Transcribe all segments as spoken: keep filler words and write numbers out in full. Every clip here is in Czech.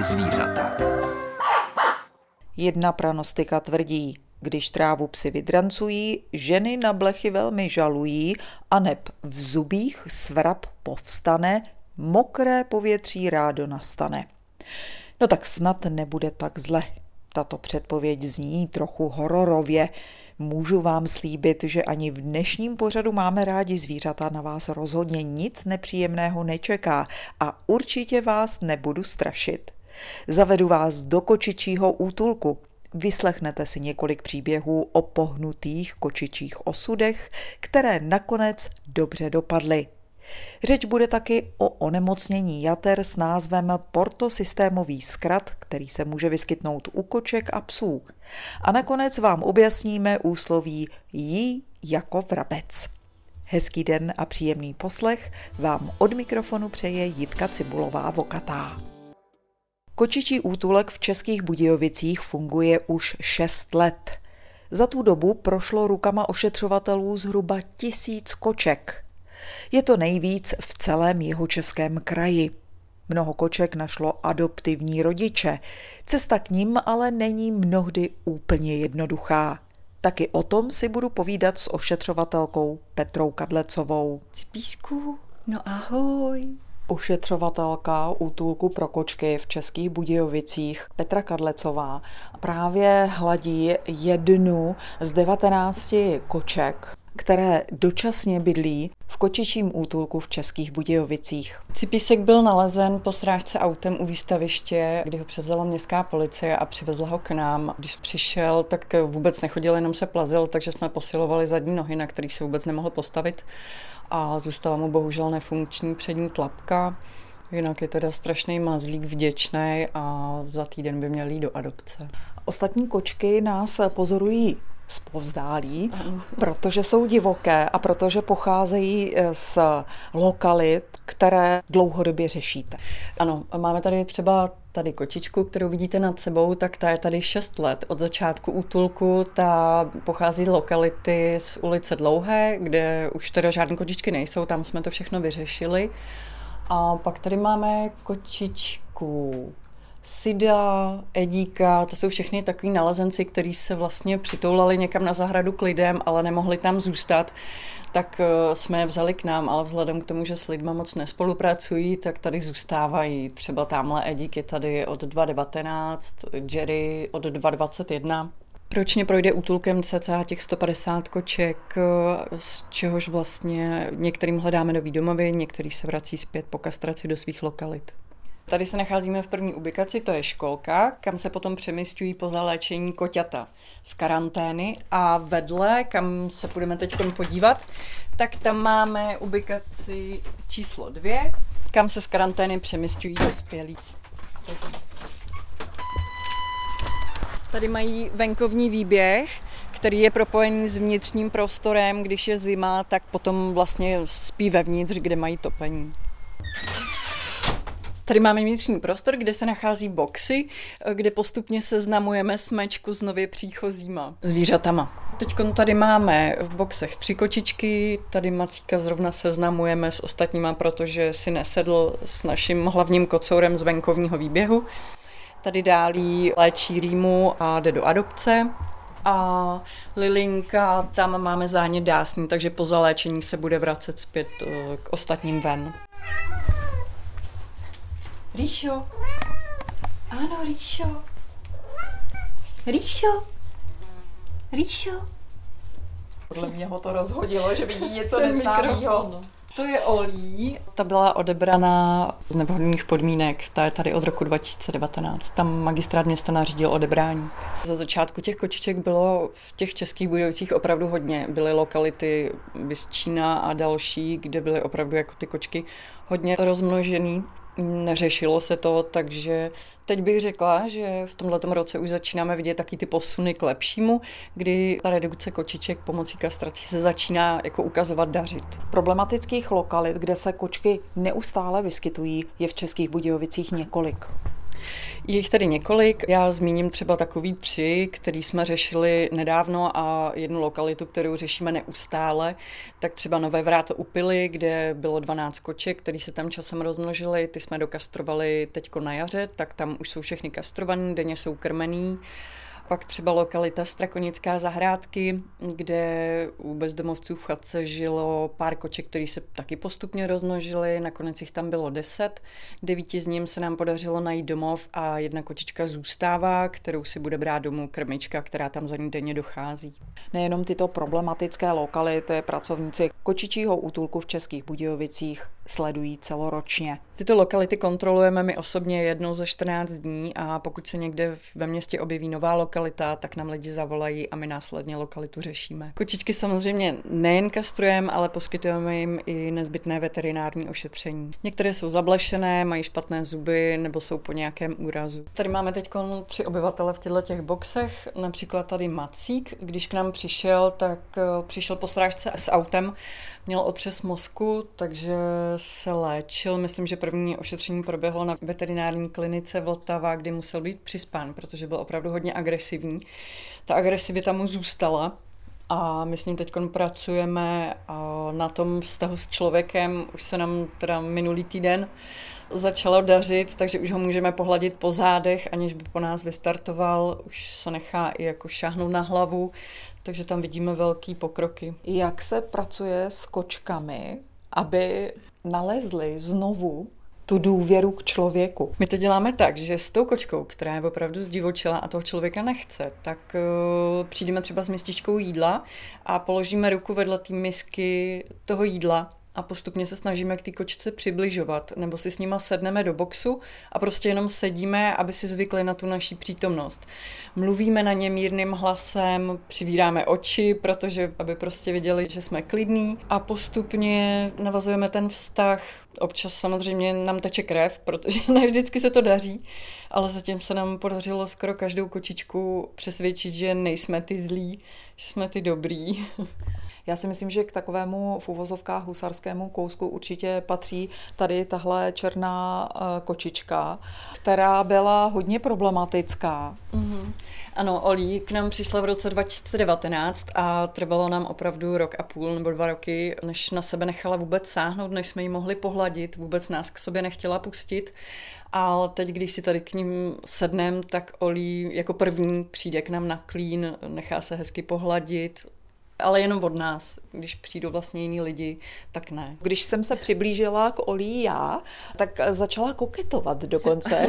rádi zvířata. Jedna pranostika tvrdí, když trávu psi vydrancují, ženy na blechy velmi žalují, aneb v zubích svrab povstane, mokré povětří rádo nastane. No tak snad nebude tak zle. Tato předpověď zní trochu hororově. Můžu vám slíbit, že ani v dnešním pořadu Máme rádi zvířata na vás rozhodně nic nepříjemného nečeká a určitě vás nebudu strašit. Zavedu vás do kočičího útulku. Vyslechnete si několik příběhů o pohnutých kočičích osudech, které nakonec dobře dopadly. Řeč bude taky o onemocnění jater s názvem portosystémový zkrat, který se může vyskytnout u koček a psů. A nakonec vám objasníme úsloví jí jako vrabec. Hezký den a příjemný poslech vám od mikrofonu přeje Jitka Cibulová-Vokatá. Kočičí útulek v Českých Budějovicích funguje už šest let. Za tu dobu prošlo rukama ošetřovatelů zhruba tisíc koček. Je to nejvíc v celém jihočeském kraji. Mnoho koček našlo adoptivní rodiče. Cesta k nim ale není mnohdy úplně jednoduchá. Taky o tom si budu povídat s ošetřovatelkou Petrou Kadlecovou. Cipísku, no ahoj. Ošetřovatelka útulku pro kočky v Českých Budějovicích Petra Kadlecová právě hladí jednu z devatenácti koček, které dočasně bydlí v kočičím útulku v Českých Budějovicích. Cipísek byl nalezen po srážce autem u výstaviště, kdy ho převzala městská policie a přivezla ho k nám. Když přišel, tak vůbec nechodil, jenom se plazil, takže jsme posilovali zadní nohy, na kterých se vůbec nemohl postavit. A zůstala mu bohužel nefunkční přední tlapka. Jinak je teda strašný mazlík, vděčný a za týden by měl jít do adopce. Ostatní kočky nás pozorují zpovzdálí, protože jsou divoké a protože pocházejí z lokalit, které dlouhodobě řešíte. Ano, máme tady třeba tady kočičku, kterou vidíte nad sebou, tak ta je tady šest let. Od začátku útulku ta pochází z lokality z ulice Dlouhé, kde už teda žádné kočičky nejsou, tam jsme to všechno vyřešili. A pak tady máme kočičku Sida, Edíka, to jsou všechny takový nalezenci, kteří se vlastně přitoulali někam na zahradu k lidem, ale nemohli tam zůstat, tak jsme je vzali k nám, ale vzhledem k tomu, že s lidma moc nespolupracují, tak tady zůstávají. Třeba tamhle Edík je tady od dva devatenáct, Jerry od dva dvacet jedna. Ročně projde útulkem cca těch sto padesát koček, z čehož vlastně některým hledáme nový domovy, některý se vrací zpět po kastraci do svých lokalit. Tady se nacházíme v první ubikaci, to je školka, kam se potom přemísťují po zaléčení koťata z karantény a vedle, kam se budeme teď podívat, tak tam máme ubikaci číslo dvě, kam se z karantény přemísťují dospělí. Tady mají venkovní výběh, který je propojený s vnitřním prostorem, když je zima, tak potom vlastně spí vevnitř, kde mají topení. Tady máme vnitřní prostor, kde se nachází boxy, kde postupně seznamujeme smečku s nově příchozíma zvířatama. Teď tady máme v boxech tři kočičky, tady Macíka zrovna seznamujeme s ostatníma, protože si nesedl s naším hlavním kocourem z venkovního výběhu. Tady Dálí léčí rýmu a jde do adopce. A Lilinka, tam máme zánět dásní, takže po zaléčení se bude vracet zpět k ostatním ven. Rýšo. Ano, Rýšo. Rýšo. Rýšo. Podle mě ho to rozhodilo, že vidí něco neznámého. To je Olí. Ta byla odebraná z nevhodných podmínek. Ta je tady od roku dva tisíce devatenáct. Tam magistrát města nařídil odebrání. Za začátku těch kočiček bylo v těch Českých Budějovicích opravdu hodně. Byly lokality Vyščína a další, kde byly opravdu jako ty kočky hodně rozmnožený. Neřešilo se to, takže teď bych řekla, že v tomhletom roce už začínáme vidět taky ty posuny k lepšímu, kdy ta redukce kočiček pomocí kastrací se začíná jako ukazovat dařit. Problematických lokalit, kde se kočky neustále vyskytují, je v Českých Budějovicích několik. Je jich tady několik, já zmíním třeba takový tři, který jsme řešili nedávno a jednu lokalitu, kterou řešíme neustále, tak třeba Nové Vráto u Pily, kde bylo dvanáct koček, který se tam časem rozmnožily, ty jsme dokastrovali teďko na jaře, tak tam už jsou všechny kastrovaný, denně jsou krmený. Pak třeba lokalita Strakonická zahrádky, kde u bezdomovců v chatce žilo pár koček, který se taky postupně rozmnožily, nakonec jich tam bylo deset. Devíti z nich se nám podařilo najít domov a jedna kočička zůstává, kterou si bude brát domů krmička, která tam za ní denně dochází. Nejenom tyto problematické lokality pracovníci kočičího útulku v Českých Budějovicích sledují celoročně. Tyto lokality kontrolujeme my osobně jednou za čtrnáct dní a pokud se někde ve městě objeví nová lokalita, tak nám lidi zavolají a my následně lokalitu řešíme. Kočičky samozřejmě nejen kastrujeme, ale poskytujeme jim i nezbytné veterinární ošetření. Některé jsou zablešené, mají špatné zuby nebo jsou po nějakém úrazu. Tady máme teď tři obyvatele v těchto těch boxech, například tady Macík, když k nám přišel, tak přišel po strážce s autem, měl otřes mozku, takže se léčil. Myslím, že první ošetření proběhlo na veterinární klinice Vltava, kdy musel být přispán, protože byl opravdu hodně agresivní. Ta agresivita mu zůstala a my s ním teď pracujeme na tom vztahu s člověkem. Už se nám teda minulý týden začalo dařit, takže už ho můžeme pohladit po zádech, aniž by po nás vystartoval. Už se nechá i jako šáhnout na hlavu, takže tam vidíme velký pokroky. Jak se pracuje s kočkami, aby nalezli znovu tu důvěru k člověku? My to děláme tak, že s tou kočkou, která je opravdu zdivočela a toho člověka nechce, tak uh, přijdeme třeba s mističkou jídla a položíme ruku vedle té misky toho jídla a postupně se snažíme k té kočce přibližovat, nebo si s nima sedneme do boxu a prostě jenom sedíme, aby si zvykli na tu naši přítomnost. Mluvíme na ně mírným hlasem, přivíráme oči, protože aby prostě viděli, že jsme klidní a postupně navazujeme ten vztah. Občas samozřejmě nám teče krev, protože ne vždycky se to daří, ale zatím se nám podařilo skoro každou kočičku přesvědčit, že nejsme ty zlí, že jsme ty dobrý. Já si myslím, že k takovému v uvozovkách husarskému kousku určitě patří tady tahle černá kočička, která byla hodně problematická. Mm-hmm. Ano, Olí k nám přišla v roce dva tisíce devatenáct a trvalo nám opravdu rok a půl nebo dva roky, než na sebe nechala vůbec sáhnout, než jsme ji mohli pohladit, vůbec nás k sobě nechtěla pustit. Ale teď, když si tady k ním sednem, tak Olí jako první přijde k nám na klín, nechá se hezky pohladit, ale jenom od nás. Když přijdou vlastně jiní lidi, tak ne. Když jsem se přiblížila k Olí já, tak začala koketovat dokonce.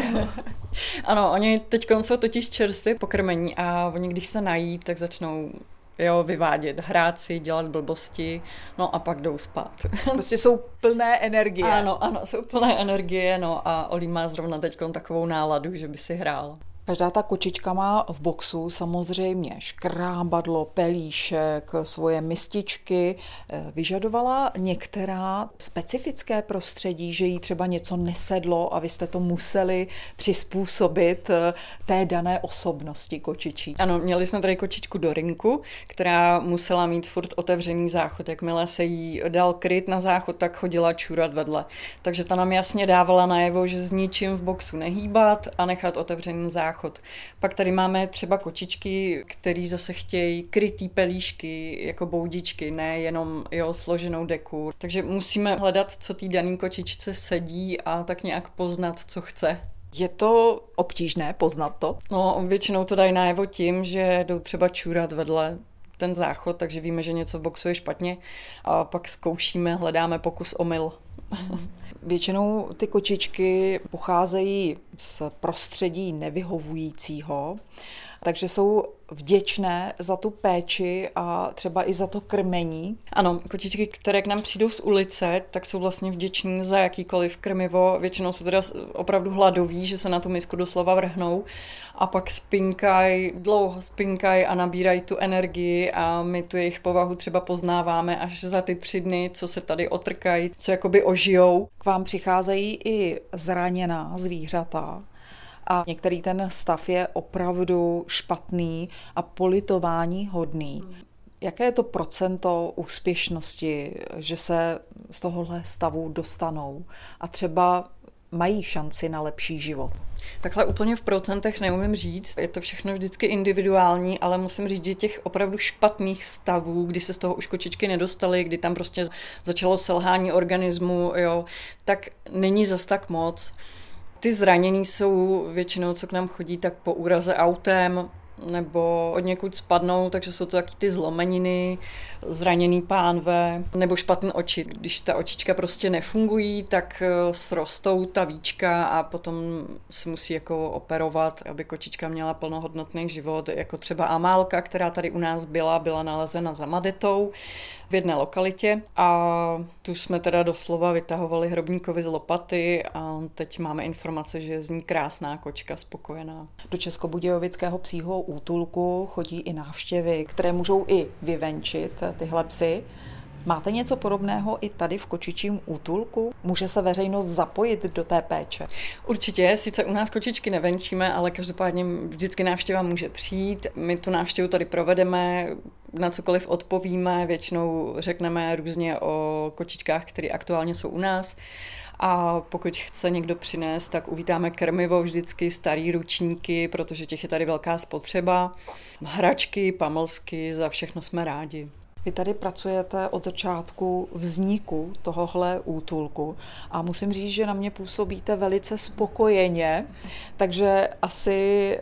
Ano, oni teď jsou totiž čerstvě pokrmení a oni, když se nají, tak začnou jo, vyvádět, hrát si, dělat blbosti, no a pak jdou spát. Prostě jsou plné energie. Ano, ano, jsou plné energie, no a Olí má zrovna teď takovou náladu, že by si hrála. Každá ta kočička má v boxu samozřejmě škrábadlo, pelíšek, svoje mističky. Vyžadovala některá specifické prostředí, že jí třeba něco nesedlo a vy jste to museli přizpůsobit té dané osobnosti kočičí? Ano, měli jsme tady kočičku Dorinku, která musela mít furt otevřený záchod. Jakmile se jí dal kryt na záchod, tak chodila čůrat vedle. Takže ta nám jasně dávala najevo, že s ničím v boxu nehýbat a nechat otevřený záchod. Pak tady máme třeba kočičky, který zase chtějí krytý pelíšky jako boudičky, ne jenom jo, složenou deku. Takže musíme hledat, co té daný kočičce sedí a tak nějak poznat, co chce. Je to obtížné poznat to? No, většinou to dají najevo tím, že jdou třeba čůrat vedle ten záchod, takže víme, že něco v boxu je špatně a pak zkoušíme, hledáme pokus omyl. Většinou ty kočičky pocházejí z prostředí nevyhovujícího, takže jsou vděčné za tu péči a třeba i za to krmení. Ano, kočičky, které k nám přijdou z ulice, tak jsou vlastně vděční za jakýkoliv krmivo. Většinou jsou teda opravdu hladoví, že se na tu misku doslova vrhnou a pak spinkají, dlouho spinkají a nabírají tu energii a my tu jejich povahu třeba poznáváme až za ty tři dny, co se tady otrkají, co jakoby ožijou. K vám přicházejí i zraněná zvířata. A některý ten stav je opravdu špatný a politování hodný. Jaké je to procento úspěšnosti, že se z tohohle stavu dostanou? A třeba mají šanci na lepší život? Takhle úplně v procentech neumím říct, je to všechno vždycky individuální, ale musím říct, že těch opravdu špatných stavů, kdy se z toho už kočičky nedostaly, kdy tam prostě začalo selhání organismu, jo, tak není zas tak moc. Ty zranění jsou většinou, co k nám chodí, tak po úraze autem, nebo od někud spadnou, takže jsou to taky ty zlomeniny, zraněný pánve, nebo špatné oči. Když ta očička prostě nefungují, tak srostou ta víčka a potom se musí jako operovat, aby kočička měla plnohodnotný život, jako třeba Amálka, která tady u nás byla, byla nalezena za Madetou v jedné lokalitě a tu jsme teda doslova vytahovali hrobníkovi z lopaty a teď máme informace, že je z ní krásná kočka, spokojená. Do Českobudějovického psího útulku chodí i návštěvy, které můžou i vyvenčit tyhle psy. Máte něco podobného i tady v kočičím útulku? Může se veřejnost zapojit do té péče? Určitě, sice u nás kočičky nevenčíme, ale každopádně vždycky návštěva může přijít. My tu návštěvu tady provedeme, na cokoliv odpovíme, většinou řekneme různě o kočičkách, které aktuálně jsou u nás. A pokud chce někdo přinést, tak uvítáme krmivo, vždycky starý ručníky, protože těch je tady velká spotřeba. Hračky, pamlsky, za všechno jsme rádi. Vy tady pracujete od začátku vzniku tohohle útulku a musím říct, že na mě působíte velice spokojeně, takže asi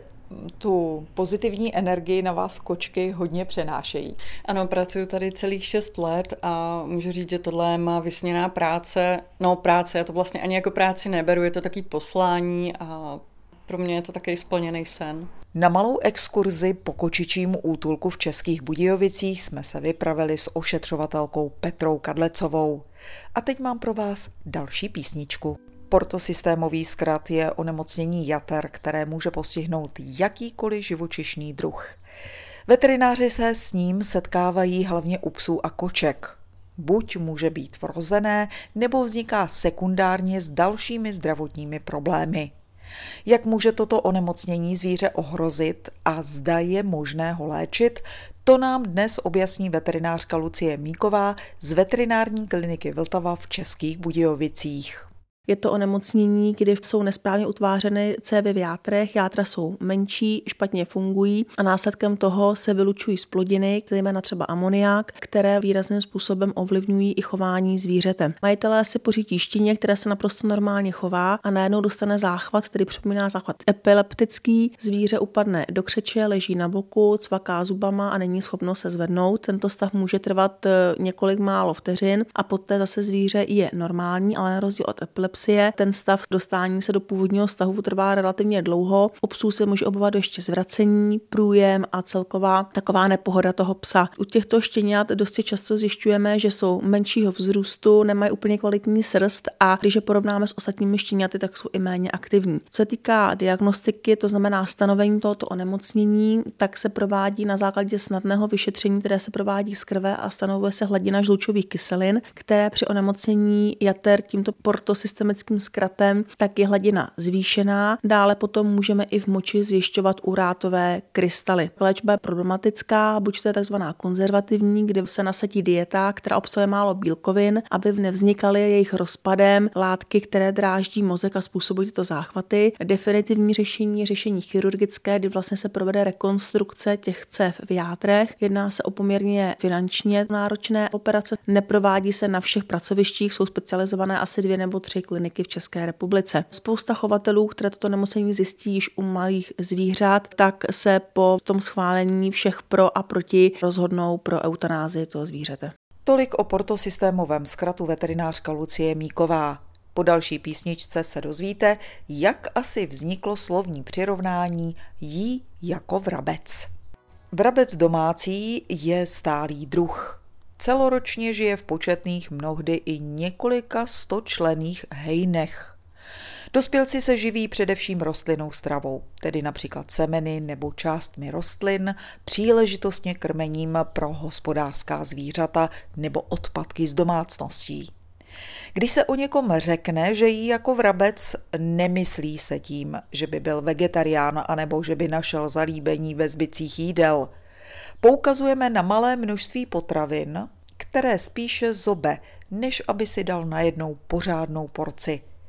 tu pozitivní energii na vás kočky hodně přenášejí. Ano, pracuji tady celých šest let a můžu říct, že tohle je má vysněná práce. No práce, já to vlastně ani jako práci neberu, je to taky poslání a pro mě je to takový splněný sen. Na malou exkurzi po kočičím útulku v Českých Budějovicích jsme se vypravili s ošetřovatelkou Petrou Kadlecovou. A teď mám pro vás další písničku. Portosystémový zkrat je onemocnění jater, které může postihnout jakýkoliv živočišný druh. Veterináři se s ním setkávají hlavně u psů a koček. Buď může být vrozené, nebo vzniká sekundárně s dalšími zdravotními problémy. Jak může toto onemocnění zvíře ohrozit a zda je možné ho léčit, to nám dnes objasní veterinářka Lucie Míková z veterinární kliniky Vltava v Českých Budějovicích. Je to onemocnění, kdy jsou nesprávně utvářeny cévy v játrech, játra jsou menší, špatně fungují a následkem toho se vylučují zplodiny, zejména třeba amoniák, které výrazným způsobem ovlivňují i chování zvířete. Majitelé si pořídí štěně, které se naprosto normálně chová a najednou dostane záchvat, který připomíná záchvat epileptický, zvíře upadne do křeče, leží na boku, cvaká zubama a není schopno se zvednout. Tento stav může trvat několik málo vteřin a poté zase zvíře je normální, ale na rozdíl od epilepsie ten stav dostání se do původního stavu trvá relativně dlouho. U psů se může objevovat ještě zvracení, průjem a celková taková nepohoda toho psa. U těchto štěňat dosti často zjišťujeme, že jsou menšího vzrůstu, nemají úplně kvalitní srst a když je porovnáme s ostatními štěňaty, tak jsou i méně aktivní. Co se týká diagnostiky, to znamená stanovení tohoto onemocnění, tak se provádí na základě snadného vyšetření, které se provádí z krve a stanovuje se hladina žlučových kyselin, které při onemocnění jater tímto portosystémem zkratem, tak je hladina zvýšená. Dále potom můžeme i v moči zjišťovat urátové krystaly. Léčba je problematická, buď to je takzvaná konzervativní, kdy se nasadí dieta, která obsahuje málo bílkovin, aby nevznikaly jejich rozpadem látky, které dráždí mozek a způsobují tyto záchvaty. Definitivní řešení je řešení chirurgické, kdy vlastně se provede rekonstrukce těch cév v játrech. Jedná se o poměrně finančně náročné operace. Neprovádí se na všech pracovištích, jsou specializované asi dvě nebo tři kliniky v České republice. Spousta chovatelů, které toto nemocnění zjistí již u malých zvířat, tak se po tom schválení všech pro a proti rozhodnou pro eutanázii toho zvířete. Tolik o portosystémovém zkratu veterinářka Lucie Míková. Po další písničce se dozvíte, jak asi vzniklo slovní přirovnání jí jako vrabec. Vrabec domácí je stálý druh. Celoročně žije v početných, mnohdy i několika stočlenných hejnech. Dospělci se živí především rostlinnou stravou, tedy například semeny nebo částmi rostlin, příležitostně krmením pro hospodářská zvířata nebo odpadky z domácností. Když se o někom řekne, že jí jako vrabec, nemyslí se tím, že by byl vegetarián anebo že by našel zalíbení ve zbytcích jídel. Poukazujeme na malé množství potravin, které spíše zobe, než aby si dal najednou pořádnou porci.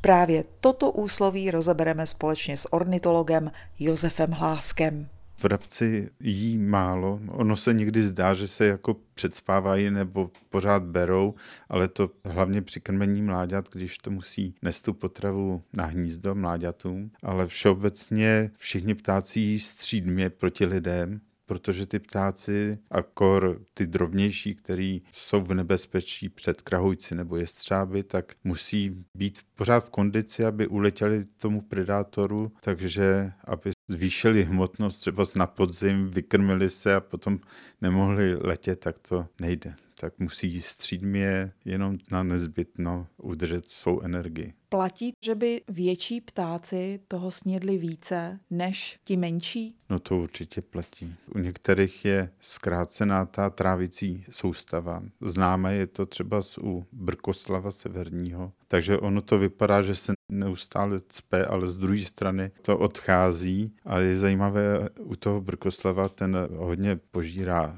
Právě toto úsloví rozebereme společně s ornitologem Josefem Hláskem. Vrabci jí málo, ono se někdy zdá, že se jako předspávají nebo pořád berou, ale to hlavně při krmení mláďat, když to musí nést tu potravu na hnízdo mláďatům, ale všeobecně všichni ptáci jí střídmě proti lidem, protože ty ptáci, akor ty drobnější, který jsou v nebezpečí před krahujci nebo jestřáby, tak musí být pořád v kondici, aby uletěli tomu predátoru, takže aby zvýšili hmotnost třeba na podzim, vykrmili se a potom nemohli letět, tak to nejde. Tak musí střídmě jenom na nezbytno udržet svou energii. Platí, že by větší ptáci toho snědli více než ti menší? No to určitě platí. U některých je zkrácená ta trávicí soustava. Známe je to třeba u brkoslava severního. Takže ono to vypadá, že se neustále cpe, ale z druhé strany to odchází. A je zajímavé u toho brkoslava, ten hodně požírá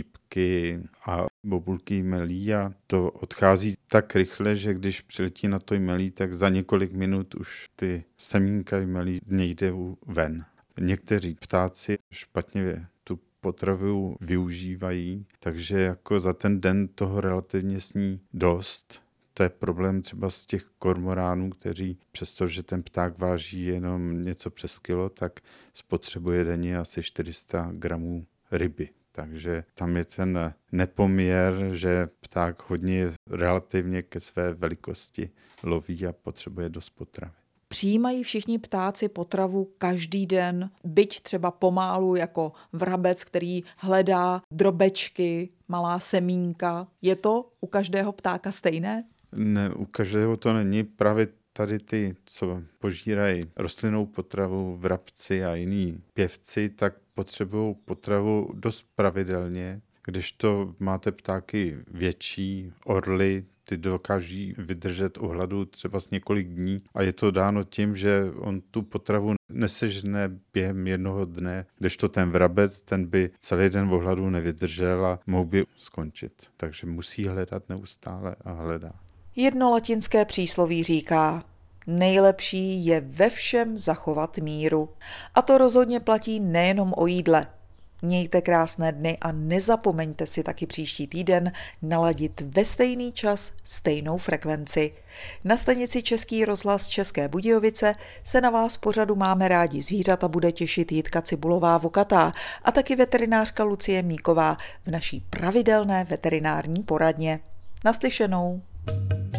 šípky a bobulky jmelí a to odchází tak rychle, že když přiletí na to jmelí, tak za několik minut už ty semínka jmelí nejde ven. Někteří ptáci špatně tu potravu využívají, takže jako za ten den toho relativně sní dost. To je problém třeba z těch kormoránů, kteří přestože ten pták váží jenom něco přes kilo, tak spotřebuje denně asi čtyři sta gramů ryby. Takže tam je ten nepoměr, že pták hodně relativně ke své velikosti loví a potřebuje dost potravy. Přijímají všichni ptáci potravu každý den, byť třeba pomálu jako vrabec, který hledá drobečky, malá semínka. Je to u každého ptáka stejné? Ne, u každého to není. Právě tady ty, co požírají rostlinnou potravu, vrabci a jiní pěvci, tak potřebují potravu dost pravidelně. Když to máte ptáky větší, orly, ty dokáží vydržet u hladu třeba z několik dní a je to dáno tím, že on tu potravu nesežne během jednoho dne, kdežto ten vrabec, ten by celý den o hladu nevydržel a mohl by skončit. Takže musí hledat neustále a hledá. Jedno latinské přísloví říká: nejlepší je ve všem zachovat míru. A to rozhodně platí nejenom o jídle. Mějte krásné dny a nezapomeňte si taky příští týden naladit ve stejný čas stejnou frekvenci. Na stanici Český rozhlas České Budějovice se na vás pořadu Máme rádi zvířata bude těšit Jitka Cibulová-Vokatá a taky veterinářka Lucie Míková v naší pravidelné veterinární poradně. Naslyšenou.